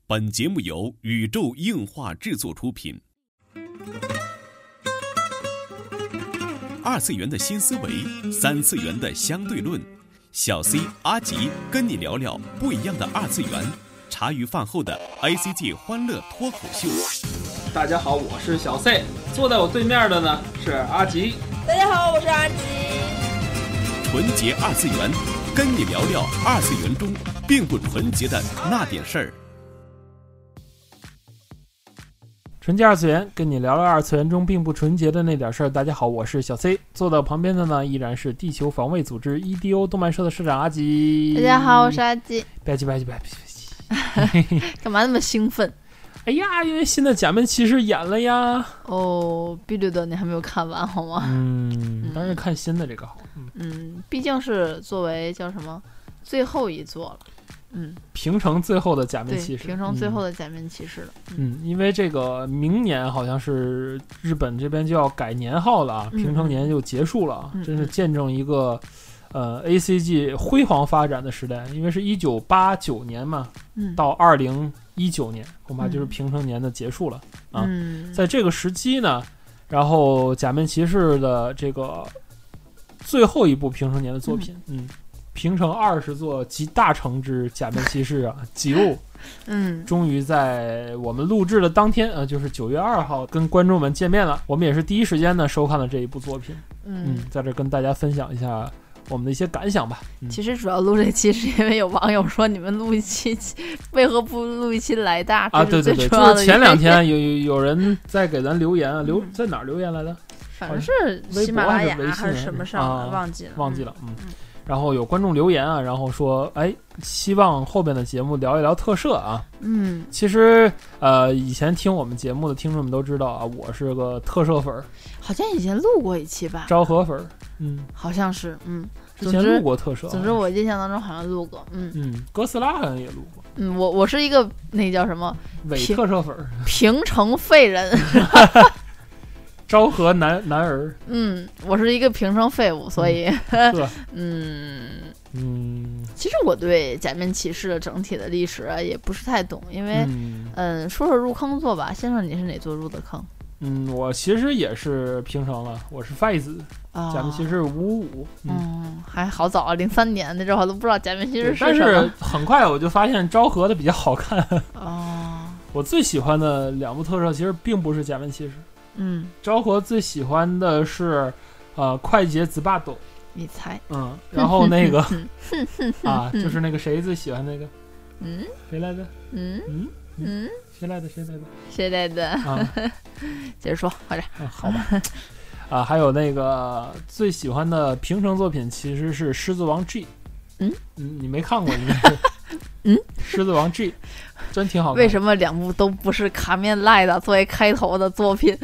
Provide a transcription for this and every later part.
本节目由宇宙硬化制作出品。二次元的新思维，三次元的相对论。小 C 阿吉跟你聊聊不一样的二次元。茶余饭后的 ACG 欢乐脱口秀。 大家好，我是小 C， 坐在我对面的呢是阿吉。 大家好，我是阿吉。 纯洁二次元，跟你聊聊二次元中并不纯洁的那点事儿。 纯洁二次元，跟你聊聊二次元中并不纯洁的那点事儿。大家好，我是小 C， 坐到旁边的呢依然是地球防卫组织 EDO 动漫社的社长阿吉。 大家好，我是阿吉。 吧唧， 干嘛那么兴奋？ 哎呀，因为新的假面骑士演了呀。 哦，必须的，你还没有看完好吗？ 当然看新的这个好。 毕竟是作为叫什么最后一作了。 平成最后的假面骑士， 平成最后的假面骑士了。 因为这个明年好像是日本这边就要改年号了啊，平成年就结束了，真是见证一个ACG 辉煌发展的时代。因为是1989年嘛，到2019年恐怕就是平成年的结束了啊。在这个时期呢，然后假面骑士的这个最后一部平成年的作品，平成20座集大成之假面骑士啊9，终于在我们录制的当天就是9月2号跟观众们见面了。我们也是第一时间呢收看了这一部作品，在这跟大家分享一下我们的一些感想吧。 其实主要录这期是因为有网友说你们录一期为何不录一期来大啊？对，就是前2天有人在给咱留言啊，在哪儿留言来的？ 反正是喜马拉雅还是什么上的，忘记了。 然后有观众留言啊，然后说，希望后边的节目聊一聊特摄啊。其实以前听我们节目的听众们都知道啊，我是个特摄粉， 好像以前录过一期吧， 昭和粉， 好像是， 之前录过特摄。 总之我印象当中好像录过， 哥斯拉好像也录过。 我是一个那叫什么伪特摄粉， 平成废人。 昭和男儿， 我是一个平成废物，所以，其实我对假面骑士的整体的历史也不是太懂，因为，说说入坑作吧，先生你是哪座入的坑？ 我其实也是平成了，我是 FIGHTS，假面骑士555， 还好早啊，03年那阵儿我都不知道假面骑士是什么。 但是很快我就发现昭和的比较好看。我最喜欢的2部特摄其实并不是假面骑士。昭和最喜欢的是快捷紫霸斗， 你猜？ 然后那个就是那个谁最喜欢那个谁来着？谁来的接着说，快点。 好吧。还有那个最喜欢的平成作品其实是狮子王 G。你没看过应该是。狮子王 G 真挺好看。 为什么2部都不是卡面赖的作为开头的作品？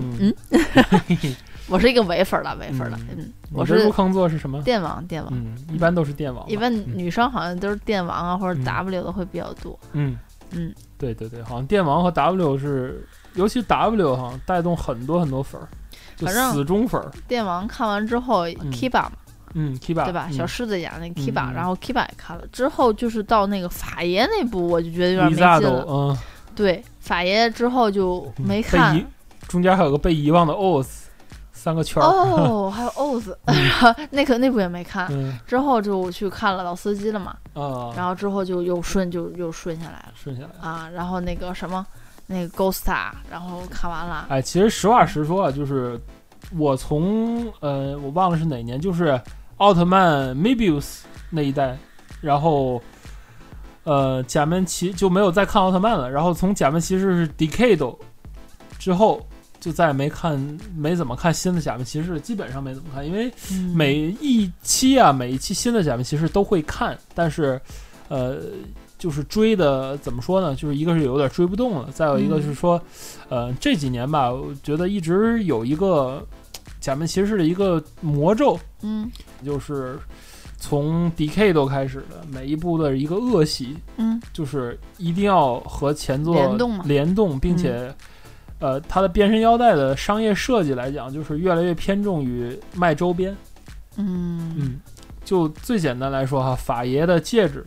我是一个伪粉了。我是入坑作是什么？ 电王。 一般都是电王。 一般女生好像都是电王啊，或者 W 的会比较多。 对，好像电王和 W 是，尤其 W 好像带动很多粉，就死忠粉。 电王看完之后 ，Kiba 嘛。 Kiba 对吧？小狮子演那个 Kiba，然后 Kiba 也看了，之后就是到那个法爷那部，我就觉得有点没劲了。对，法爷之后就没看。 中间还有个被遗忘的 Oz，3个圈。 还有 Oz，那部也没看。之后就去看了老司机了嘛。然后之后就又顺下来了。然后那个什么，那个 Ghosta， 然后看完了。 其实实话实说啊，就是我从我忘了是哪年，就是奥特曼 Mebius 那一代，然后假面骑就没有再看奥特曼了，然后从假面骑士是 Decade 之后就再也没怎么看新的假面骑士，基本上没怎么看，因为每一期新的假面骑士都会看，但是就是追的怎么说呢，就是一个是有点追不动了，再有一个是说这几年吧，我觉得一直有一个假面骑士的一个魔咒，就是从 Decade 开始的每一部的一个恶习，就是一定要和前作联动，并且它的变身腰带的商业设计来讲，就是越来越偏重于卖周边。就最简单来说哈，法爷的戒指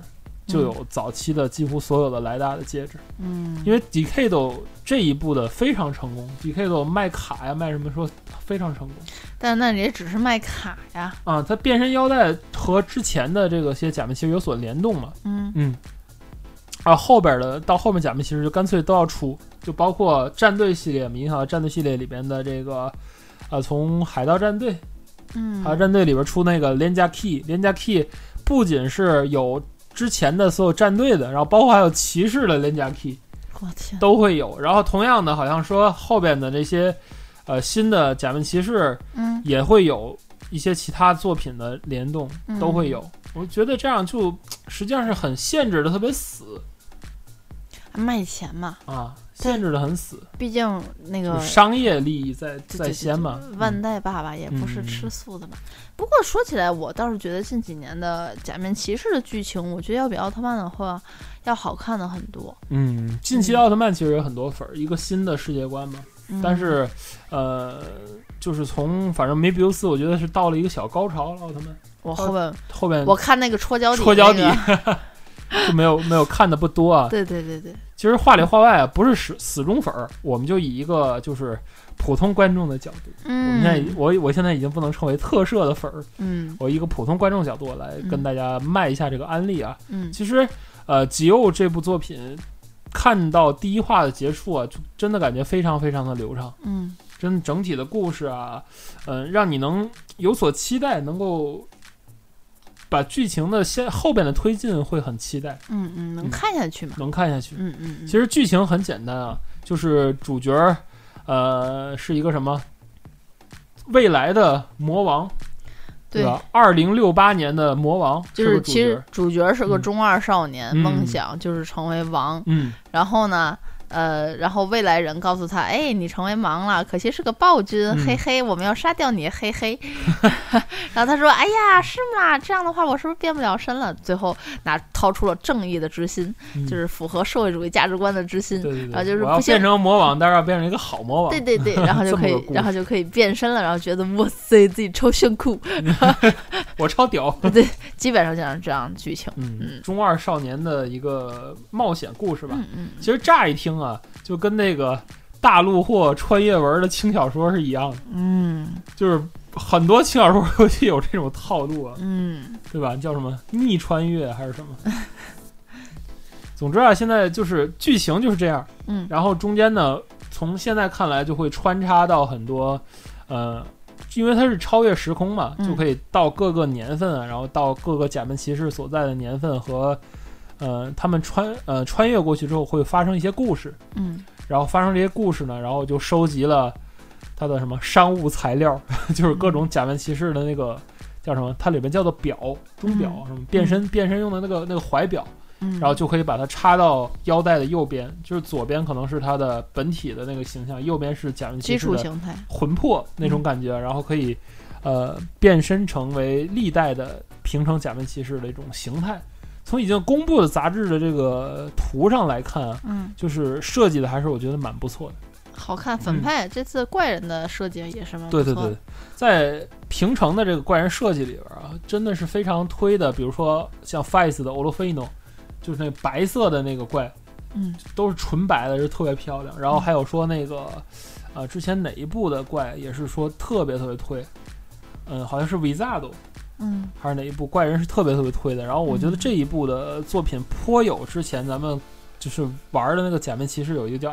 就有早期的几乎所有的莱达的戒指。因为 Decade 这一部的非常成功 ，Decade 卖卡呀，卖什么说非常成功。 但那也只是卖卡呀。 它变身腰带和之前的这个些假面骑士有所联动嘛。后边的到后面假面骑士就干脆都要出，就包括战队系列，影响到战队系列里边的这个，从海盗战队，海盗战队里边出那个廉价 key， 廉价 key 不仅是有之前的所有战队的，然后包括还有骑士的廉价 key， 我天， 都会有。然后同样的，好像说后边的这些，新的假面骑士，也会有一些其他作品的联动，都会有。我觉得这样就实际上是很限制的特别死。 卖钱嘛， 限制的很死， 毕竟那个商业利益在先嘛。 万代爸爸也不是吃素的嘛。不过说起来，我倒是觉得近几年的假面骑士的剧情，我觉得要比奥特曼的话要好看的很多。 近期奥特曼其实有很多粉，一个新的世界观嘛。但是就是从反正梅比乌斯，我觉得是到了一个小高潮了。奥特曼， 我后边我看那个戳脚底， 就没有看的不多啊。 对， 其实话里话外不是死忠粉，我们就以一个就是普通观众的角度，我现在已经不能称为特摄的粉，我一个普通观众角度来跟大家卖一下这个案例啊。其实吉欧这部作品看到第一话的结束啊，就真的感觉非常非常的流畅。真整体的故事啊，让你能有所期待，能够把剧情的后边的推进会很期待。 能看下去吗？ 能看下去。其实剧情很简单啊，就是主角是一个什么未来的魔王，对吧？2068年的魔王， 就是其实主角是个中二少年，梦想就是成为王。然后呢？然后未来人告诉他，你成为王了，可惜是个暴君，嘿嘿，我们要杀掉你，嘿嘿。然后他说，哎呀，是吗？这样的话，我是不是变不了身了？最后掏出了正义的之心，就是符合社会主义价值观的之心。 对， 然后就是我要变成魔王，但是要变成一个好魔王。 对，然后就可以变身了，然后觉得哇塞，自己超炫酷， 我超屌。 对，基本上就是这样的剧情。 中二少年的一个冒险故事吧。其实乍一听啊，就跟那个大陆或穿越文的轻小说是一样的。就是很多轻小说游戏有这种套路啊。对吧？叫什么逆穿越还是什么？总之啊，现在就是剧情就是这样。然后中间呢，从现在看来就会穿插到很多，因为它是超越时空嘛，就可以到各个年份啊，然后到各个假面骑士所在的年份和。他们穿越过去之后会发生一些故事，然后发生这些故事呢，然后就收集了它的什么商务材料，就是各种假面骑士的那个叫什么，它里边叫做表钟表，什么变身用的那个怀表，然后就可以把它插到腰带的右边，就是左边可能是它的本体的那个形象，右边是假面骑士的魂魄那种感觉，然后可以变身成为历代的平成假面骑士的一种形态。从已经公布的杂志的这个图上来看，就是设计的还是我觉得蛮不错的， 好看。反派这次怪人的设计也是蛮不错的。 对，在平成的这个怪人设计里边啊，真的是非常推的。比如说像 Fice 的 Olofino， 就是那个白色的那个怪，都是纯白的，是特别漂亮。然后还有说那个之前哪一部的怪也是说特别特别推，好像是 Wizard。还是哪一部怪人是特别特别推的。然后我觉得这一部的作品颇有之前咱们就是玩的那个假面骑士有一个叫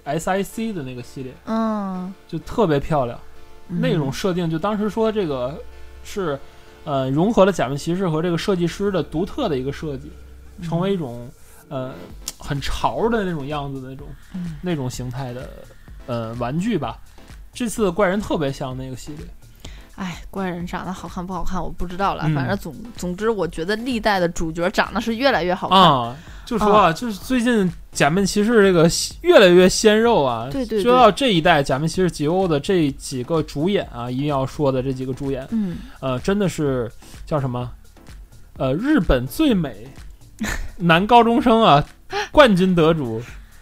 SIC 的那个系列，就特别漂亮。那种设定就当时说这个是融合了假面骑士和这个设计师的独特的一个设计，成为一种很潮的那种样子的那种形态的玩具吧。这次的怪人特别像那个系列。 怪人长得好看不好看我不知道了，反正总之我觉得历代的主角长得是越来越好看就说啊，就是最近假面骑士这个越来越鲜肉啊。 对， 说到这一代假面骑士吉欧的这几个主演啊，一定要说的这几个主演，真的是叫什么日本最美男高中生啊，冠军得主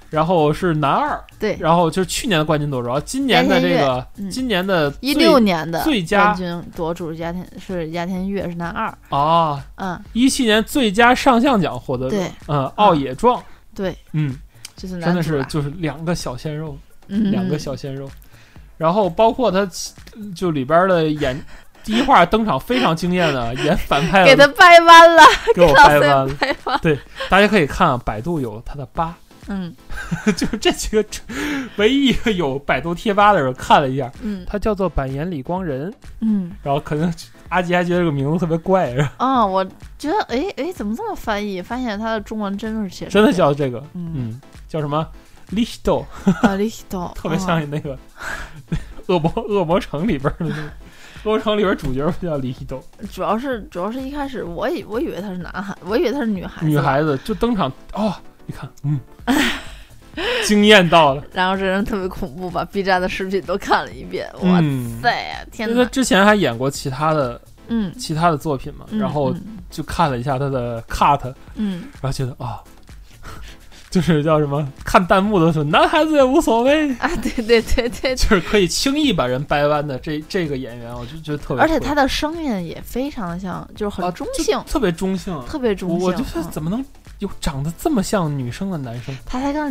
然后是男二， 对， 然后就是去年的冠军夺主，今年的这个，今年的 16年的最佳冠军夺主鸦天月是男二啊，17年最佳上项奖获得者， 对， 奥野壮， 对，就是男主真的是就是两个小鲜肉，两个小鲜肉，然后包括他就里边的第一话登场非常惊艳的演反派， 给他掰弯了， 给我掰弯了，对，大家可以看啊，百度有他的疤。就是这几个唯一一个有百度贴吧的人看了一下，他叫做板岩李光仁，然后可能阿吉还觉得这个名字特别怪，是吧？ 我觉得哎，怎么这么翻译？发现他的中文真的是写真的叫这个，叫什么 Listo 啊 Listo， 特别像那个恶魔城里边的那个。恶魔城里边主角不叫Listo， 主要是一开始我以为他是男孩，我以为他是女孩子， 女孩子就登场一看，惊艳到了。 然后这人特别恐怖，把 B 站的视频都看了一遍。哇塞，天哪！ 因为他之前还演过其他的作品嘛，然后就看了一下他的 cut，然后觉得就是叫什么？看弹幕的时候，男孩子也无所谓啊！对， 就是可以轻易把人掰弯的这个演员，我就觉得特别。 而且他的声音也非常的像，就是很中性， 特别中性， 特别中性。 我觉得怎么能有长得这么像女生的男生？ 他是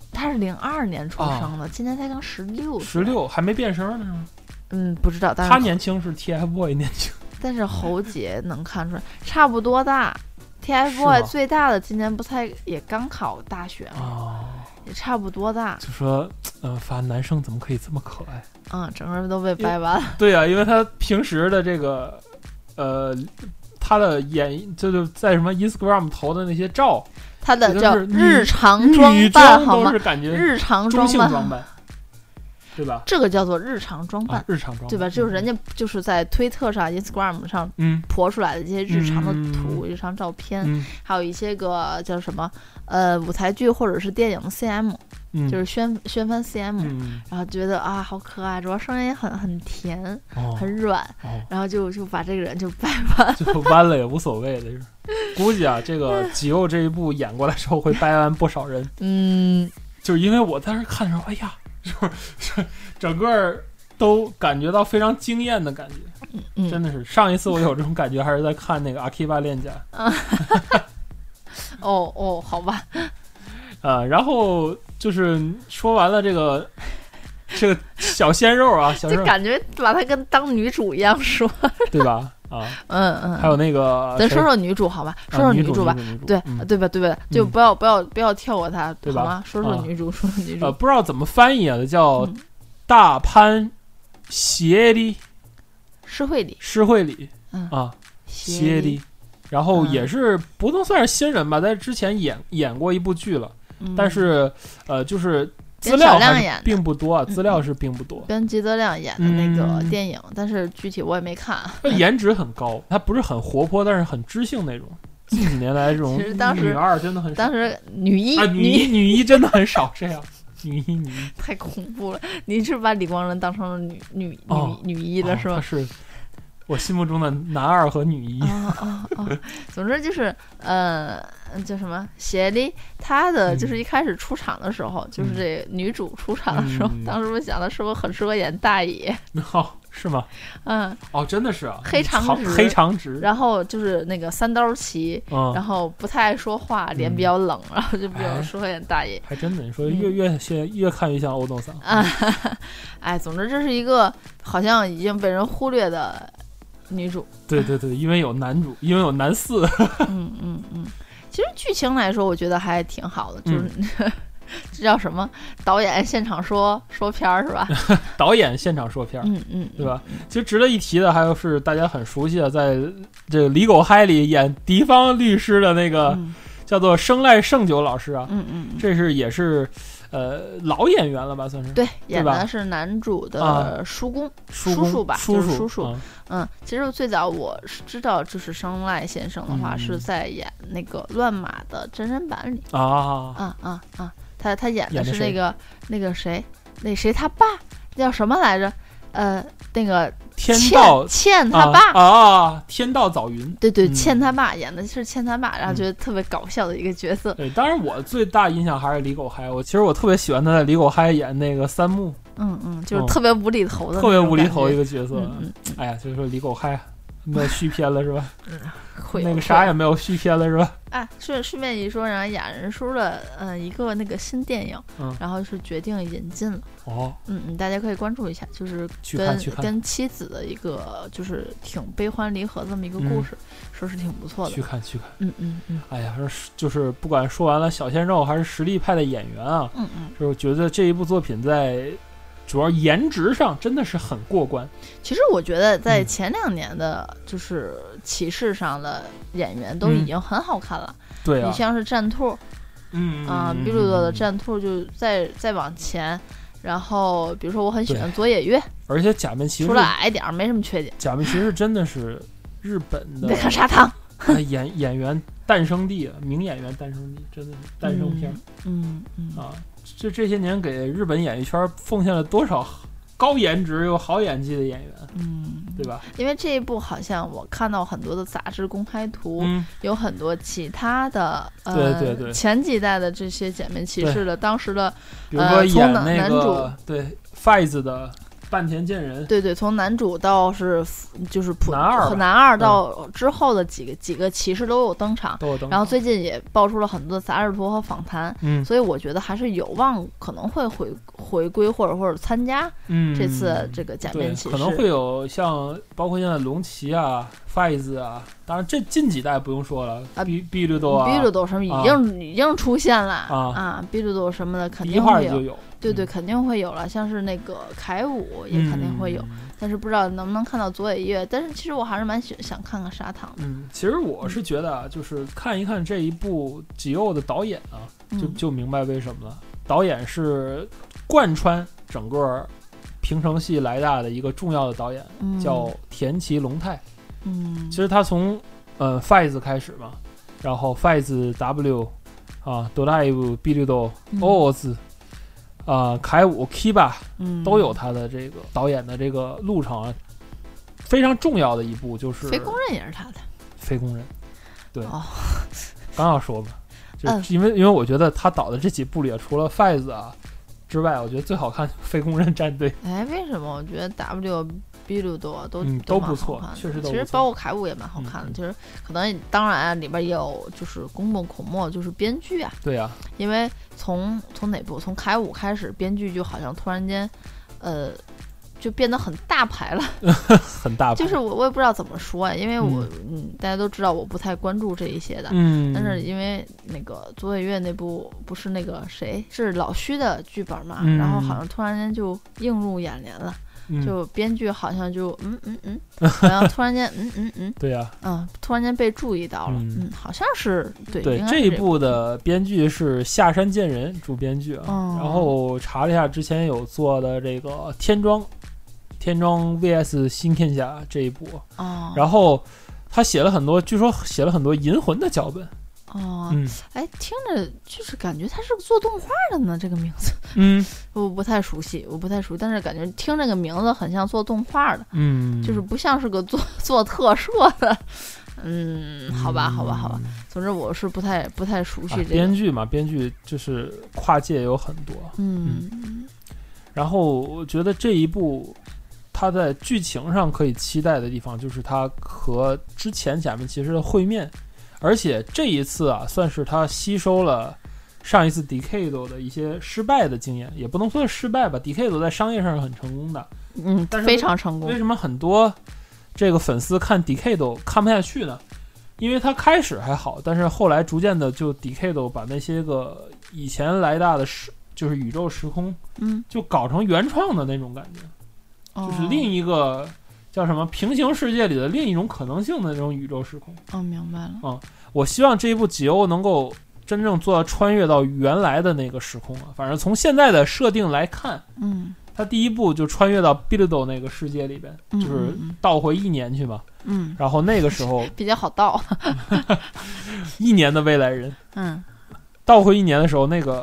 02年出生的，今年才刚16， 还没变声呢。 不知道。但是他年轻是 TFBOYS 年轻， 但是侯杰能看出来差不多大。TFBOYS 最大的今年不才也刚考大学吗？也差不多大。就说发男生怎么可以这么可爱？ 整个人都被掰弯了。 对啊，因为他平时的这个他的就是在什么 Instagram 投的那些照， 他的叫日常装扮，好吗？日常装扮，对吧？ 这个叫做日常装扮， 日常装扮， 对吧？就是人家就是在推特上、Instagram 上泼出来的这些日常的图、日常照片，还有一些个叫什么舞台剧或者是电影的 CM，就是宣翻 CM，然后觉得好可爱，主要声音很甜，很软，然后就把这个人就掰弯， 就弯了也无所谓的，就是估计这个吉欧这一部演过来之后会掰弯不少人，就是因为我在那看的时候，哎呀。就是整个都感觉到非常惊艳的感觉，真的是上一次我有这种感觉还是在看那个阿基巴链甲。 好吧。 然后就是说完了这个小鲜肉啊，小鲜肉就感觉把他跟当女主一样说， 对吧？还有那个， 咱说说女主好吧，说说女主吧，对吧？就不要跳过她，对吧？好吗？说说女主，说说女主。 不知道怎么翻译啊，叫大潘协里， 施惠里， 协里，然后也是不能算是新人吧，在之前演过一部剧了，但是就是资料还是并不多，资料是并不多。 跟吉泽亮演的那个电影，但是具体我也没看。 颜值很高，他不是很活泼，但是很知性那种。近几年来这种女二真的很少， 当时女一女一真的很少这样。女一太恐怖了！你是把李光仁当成了女一了是吧？ 他是我心目中的男二和女一。 总之就是叫什么协力，她的就是一开始出场的时候，就是这女主出场的时候，当时我想的是不是很适合演大爷？ 是吗？真的是啊，黑长直， 然后就是那个三刀旗，然后不太爱说话，脸比较冷，然后就比较适合演大爷。 还真的，你说越看越像欧东桑。 总之这是一个好像已经被人忽略的女主。 对，因为有男主，因为有男四。 其实剧情来说，我觉得还挺好的，就是这叫什么？导演现场说片儿是吧？ 导演现场说片儿，对吧？其实值得一提的还有是大家很熟悉的，在这个《李狗嗨》里演敌方律师的那个叫做生赖胜久老师啊，这是也是老演员了吧，算是对，演的是男主的叔叔吧，就是叔叔。其实最早我是知道，就是生赖先生的话是在演那个《乱马》的真人版里他演的是那个谁他爸叫什么来着？ 那个天道茜他爸天道早云， 对对，茜他爸演的是茜他爸，然后觉得特别搞笑的一个角色。 对，当然我最大印象还是李狗嗨，其实我特别喜欢他在李狗嗨演那个三木， 就是特别无厘头的， 特别无厘头一个角色。哎呀，就是说李狗嗨没有续篇了是吧？那个啥也没有续篇了是吧？ 哎，顺便一说，然后雅人叔的一个那个新电影，然后是决定引进了。大家可以关注一下，就是跟妻子的一个就是挺悲欢离合这么一个故事，说是挺不错的。 去看。哎呀，就是不管说完了小鲜肉还是实力派的演员啊，就是觉得这一部作品在主要颜值上真的是很过关。 其实我觉得在前2年的就是骑士上的演员都已经很好看了。 对啊， 你像是战兔，比鲁多的战兔就再往前，然后比如说我很喜欢佐野岳， 而且假面骑士除了矮点没什么缺点。 假面骑士真的是日本的， 你在看砂糖演员诞生地，名演员诞生地，真的是诞生片。这些年给日本演艺圈奉献了多少高颜值又好演技的演员，对吧？ 因为这一部好像我看到很多的杂志公开图，有很多其他的对前几代的这些假面骑士的当时的， 比如说演那个男主对 Fize 的半田健人， 对，从男主到就是男二到之后的几个骑士都有登场，然后最近也爆出了很多的杂志图和访谈，所以我觉得还是有望可能会回归或者参加这次这个假面骑士， 可能会有像包括现在龙骑啊、Fize 啊，当然这近几代不用说了比鲁多什么已经出现了比鲁多什么的肯定会有。对，肯定会有了，像是那个凯武也肯定会有，但是不知道能不能看到佐野岳。但是其实我还是蛮想看看砂糖的。 其实我是觉得就是看一看这一部吉欧的导演啊，就明白为什么了。导演是贯穿整个平成系莱大的一个重要的导演，叫田崎龙太。其实他从Fize 开始嘛，然后 Fize W Drive 比鲁多 Oz。凯武 Kiba 都有他的这个导演的这个路程啊，非常重要的一部就是非公认也是他的非公认，对，刚要说嘛，就因为我觉得他导的这几部里，除了 Fize 之外，我觉得最好看非公认战队。 为什么？我觉得 W 比鲁多都不错，确实都不错。 其实包括凯武也蛮好看的，就是可能当然里边也有就是宫本孔墨就是编剧啊。 对啊， 因为从哪部？从凯武开始，编剧就好像突然间，就变得很大牌了， 很大牌。 就是我也不知道怎么说因为我大家都知道我不太关注这一些的，但是因为那个佐野岳那部不是那个谁是老虚的剧本嘛，然后好像突然间就映入眼帘了。就编剧好像就好像突然间对呀突然间被注意到了，好像是对这一部的编剧是下山健人主编剧然后查了一下之前有做的这个天庄 VS 新天下这一部然后他据说写了很多银魂的脚本听着就是感觉他是做动画的呢，这个名字我不太熟悉，但是感觉听这个名字很像做动画的，就是不像是个做特摄的，好吧，总之我是不太熟悉这个编剧嘛，编剧就是跨界有很多，然后我觉得这一部它在剧情上可以期待的地方，就是它和之前假面骑士的会面。而且这一次算是他吸收了上一次 Decade 的一些失败的经验，也不能说是失败吧 ，Decade 在商业上是很成功的， 但是非常成功。 为什么很多这个粉丝看 Decade 看不下去呢？因为他开始还好，但是后来逐渐的就 Decade 把那些个以前莱大的就是宇宙时空，就搞成原创的那种感觉，就是另一个。叫什么平行世界里的另一种可能性的那种宇宙时空。 明白了。 我希望这一部吉欧能够真正做到穿越到原来的那个时空反正从现在的设定来看，他第一部就穿越到 Build 那个世界里边，就是倒回1年去嘛。然后那个时候比较好倒，1 年的未来人。倒回1年的时候，那个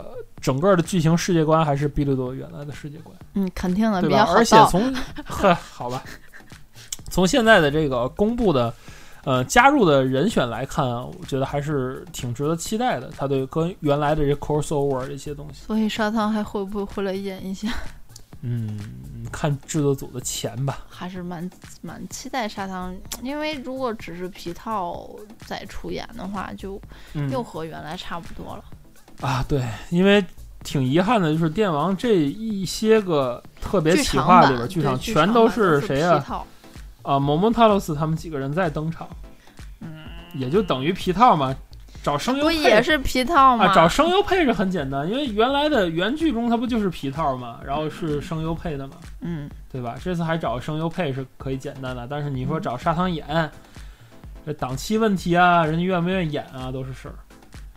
整个的剧情世界观还是比利多原来的世界观。 肯定的， 对比较好。 而且从好吧，从现在的这个公布的加入的人选来看啊，我觉得还是挺值得期待的。他对跟原来的这 crossover 这些东西， 所以砂糖还会不会回来演一下？ 看制作组的钱吧。 还是蛮期待砂糖，因为如果只是皮套再出演的话，就又和原来差不多了。 啊，对，因为挺遗憾的，就是电王这一些个特别企划里边，剧场全都是谁呀？Momotaros 他们几个人在登场，也就等于皮套嘛。找声优配不也是皮套吗？ 找声优配是很简单，因为原来的原剧中它不就是皮套嘛，然后是声优配的嘛，对吧？这次还找声优配是可以简单的，但是你说找砂糖演，这档期问题啊，人家愿不愿意演啊，都是事儿。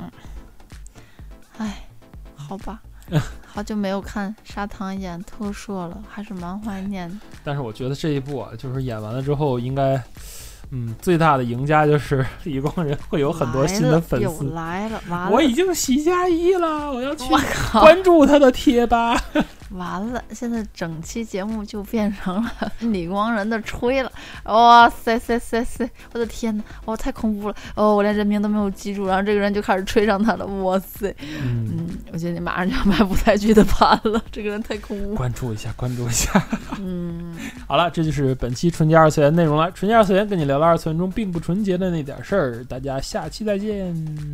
好吧。好久没有看砂糖演特摄了，还是蛮怀念的。 但是我觉得这一部啊，就是演完了之后，应该，最大的赢家就是李光人会有很多新的粉丝。 又来了，完了！ 我已经喜加一了，我要去关注他的贴吧。 完了，现在整期节目就变成了李光人的吹了。哇塞塞塞塞！我的天哪，太恐怖了！我连人名都没有记住，然后这个人就开始吹上他了。哇塞！我觉得你马上就要买舞台剧的盘了，这个人太恐怖。 关注一下，关注一下。好了，这就是本期纯洁二次元内容了。纯洁二次元跟你聊了二次元中并不纯洁的那点事儿，大家下期再见。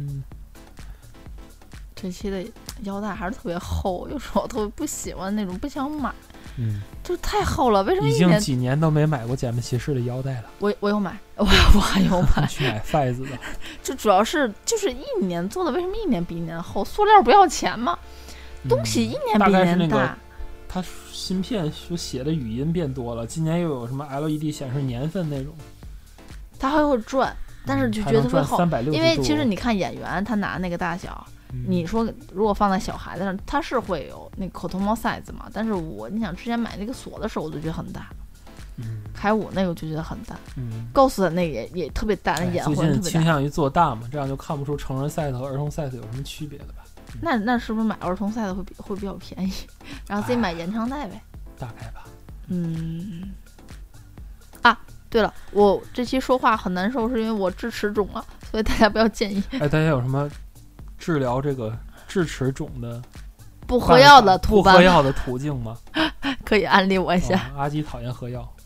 这期的腰带还是特别厚，有时候我特别不喜欢那种，不想买，就太厚了。为什么已经几年都没买过简木骑士的腰带了？ 我有买，我还有买。 去买筷子的。 就主要是就是一年做的，为什么一年比一年厚？塑料不要钱吗？东西一年比一年大。 它芯片就写的语音变多了，今年又有什么 LED 显示年份那种， 它还会转，但是就觉得会厚，因为其实你看演员他拿那个大小。你说如果放在小孩子上，它是会有那个 Kotomo size 嘛？但是你想之前买那个锁的时候，我就觉得很大。凯五那个我就觉得很大。Ghost 的那个也特别大，眼魂特别大。 最近倾向于做大嘛，这样就看不出成人 size 和儿童 size 有什么区别了吧？ 那是不是买儿童 size 会比较便宜？然后自己买延长带呗？ 大概吧。 对了，我这期说话很难受，是因为我智齿肿了，所以大家不要介意。 大家有什么治疗这个智齿肿的不喝药的途径吗？ 可以安利我一下。 阿基讨厌喝药。